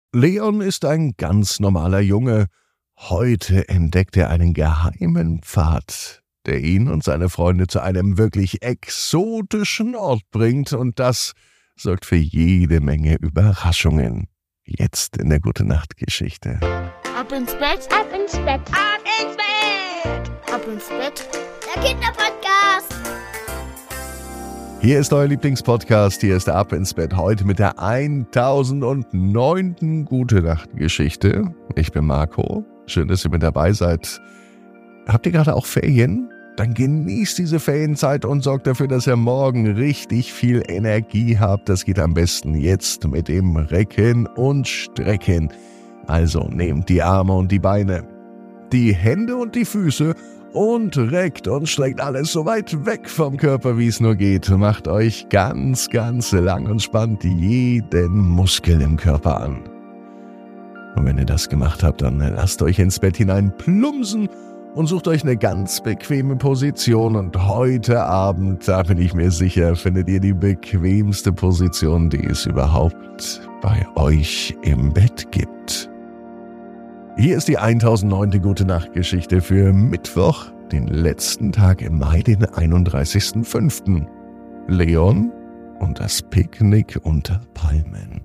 Leon ist ein ganz normaler Junge. Heute entdeckt er einen geheimen Pfad, der ihn und seine Freunde zu einem wirklich exotischen Ort bringt, und das sorgt für jede Menge Überraschungen. Jetzt in der Gute-Nacht-Geschichte. Ab ins Bett, ab ins Bett, ab ins Bett, ab ins Bett. Der Kinderpodcast. Hier ist euer Lieblingspodcast, hier ist der Ab ins Bett, heute mit der 1009. Gute-Nacht-Geschichte. Ich bin Marco, schön, dass ihr mit dabei seid. Habt ihr gerade auch Ferien? Dann genießt diese Ferienzeit und sorgt dafür, dass ihr morgen richtig viel Energie habt. Das geht am besten jetzt mit dem Recken und Strecken. Also nehmt die Arme und die Beine, die Hände und die Füße und reckt und streckt alles so weit weg vom Körper, wie es nur geht. Macht euch ganz, ganz lang und spannt jeden Muskel im Körper an. Und wenn ihr das gemacht habt, dann lasst euch ins Bett hinein plumpsen und sucht euch eine ganz bequeme Position. Und heute Abend, da bin ich mir sicher, findet ihr die bequemste Position, die es überhaupt bei euch im Bett gibt. Hier ist die 1009. Gute-Nacht-Geschichte für Mittwoch, den letzten Tag im Mai, den 31.05. Leon und das Picknick unter Palmen.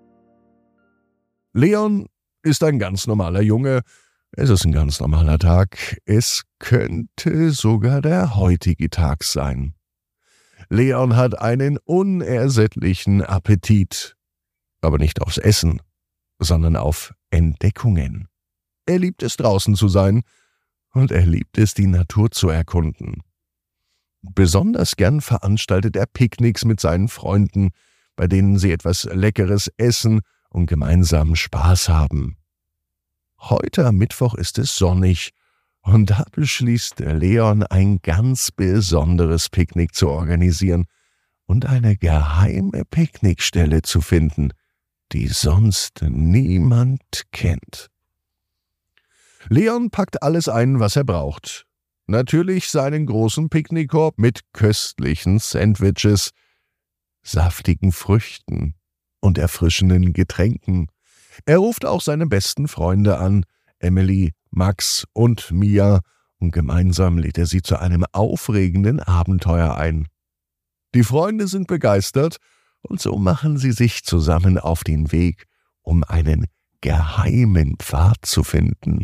Leon ist ein ganz normaler Junge. Es ist ein ganz normaler Tag. Es könnte sogar der heutige Tag sein. Leon hat einen unersättlichen Appetit. Aber nicht aufs Essen, sondern auf Entdeckungen. Er liebt es, draußen zu sein, und er liebt es, die Natur zu erkunden. Besonders gern veranstaltet er Picknicks mit seinen Freunden, bei denen sie etwas Leckeres essen und gemeinsam Spaß haben. Heute am Mittwoch ist es sonnig, und da beschließt Leon, ein ganz besonderes Picknick zu organisieren und eine geheime Picknickstelle zu finden, die sonst niemand kennt. Leon packt alles ein, was er braucht. Natürlich seinen großen Picknickkorb mit köstlichen Sandwiches, saftigen Früchten und erfrischenden Getränken. Er ruft auch seine besten Freunde an, Emily, Max und Mia, und gemeinsam lädt er sie zu einem aufregenden Abenteuer ein. Die Freunde sind begeistert, und so machen sie sich zusammen auf den Weg, um einen geheimen Pfad zu finden.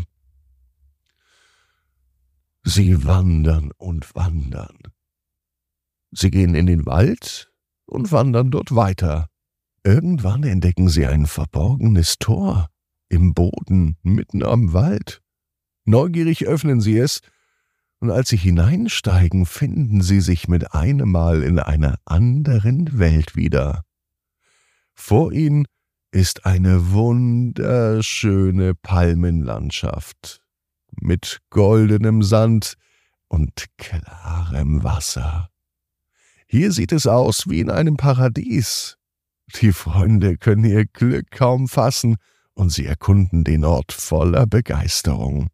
Sie wandern und wandern. Sie gehen in den Wald und wandern dort weiter. Irgendwann entdecken sie ein verborgenes Tor im Boden mitten am Wald. Neugierig öffnen sie es, und als sie hineinsteigen, finden sie sich mit einem Mal in einer anderen Welt wieder. Vor ihnen ist eine wunderschöne Palmenlandschaft mit goldenem Sand und klarem Wasser. Hier sieht es aus wie in einem Paradies. Die Freunde können ihr Glück kaum fassen, und sie erkunden den Ort voller Begeisterung.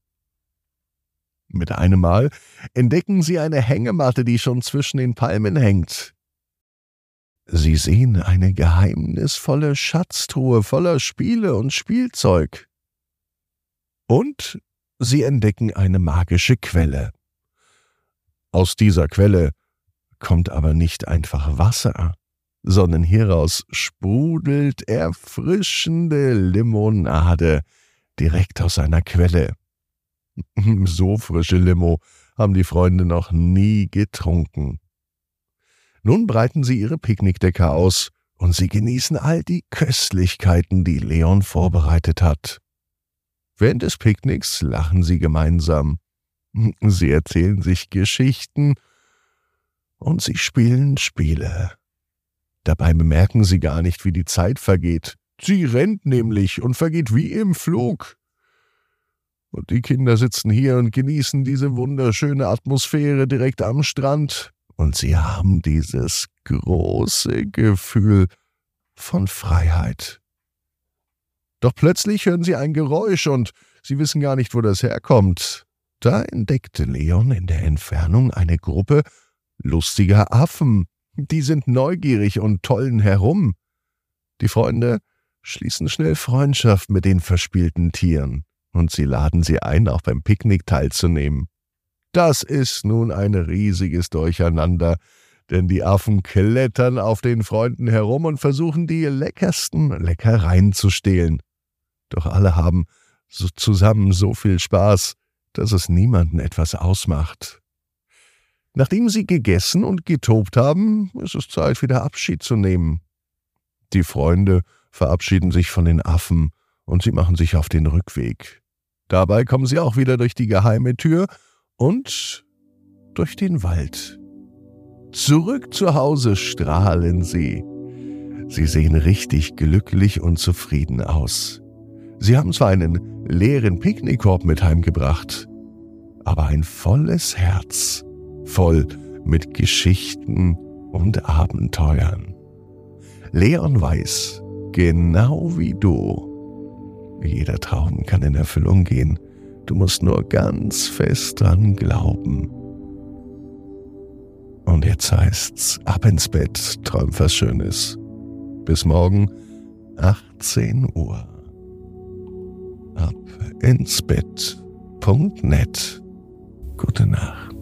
Mit einem Mal entdecken sie eine Hängematte, die schon zwischen den Palmen hängt. Sie sehen eine geheimnisvolle Schatztruhe voller Spiele und Spielzeug. Und sie entdecken eine magische Quelle. Aus dieser Quelle kommt aber nicht einfach Wasser, sondern hieraus sprudelt erfrischende Limonade direkt aus einer Quelle. So frische Limo haben die Freunde noch nie getrunken. Nun breiten sie ihre Picknickdecke aus, und sie genießen all die Köstlichkeiten, die Leon vorbereitet hat. Während des Picknicks lachen sie gemeinsam. Sie erzählen sich Geschichten und sie spielen Spiele. Dabei bemerken sie gar nicht, wie die Zeit vergeht. Sie rennt nämlich und vergeht wie im Flug. Und die Kinder sitzen hier und genießen diese wunderschöne Atmosphäre direkt am Strand. Und sie haben dieses große Gefühl von Freiheit. Doch plötzlich hören sie ein Geräusch und sie wissen gar nicht, wo das herkommt. Da entdeckte Leon in der Entfernung eine Gruppe lustiger Affen. Die sind neugierig und tollen herum. Die Freunde schließen schnell Freundschaft mit den verspielten Tieren und sie laden sie ein, auch beim Picknick teilzunehmen. Das ist nun ein riesiges Durcheinander, denn die Affen klettern auf den Freunden herum und versuchen, die leckersten Leckereien zu stehlen. Doch alle haben zusammen so viel Spaß, dass es niemanden etwas ausmacht. Nachdem sie gegessen und getobt haben, ist es Zeit, wieder Abschied zu nehmen. Die Freunde verabschieden sich von den Affen und sie machen sich auf den Rückweg. Dabei kommen sie auch wieder durch die geheime Tür und durch den Wald. Zurück zu Hause strahlen sie. Sie sehen richtig glücklich und zufrieden aus. Sie haben zwar einen leeren Picknickkorb mit heimgebracht, aber ein volles Herz, voll mit Geschichten und Abenteuern. Leon weiß, genau wie du, jeder Traum kann in Erfüllung gehen. Du musst nur ganz fest dran glauben. Und jetzt heißt's, ab ins Bett, träum was Schönes. Bis morgen, 18 Uhr. Ab ins Bett.net. Gute Nacht.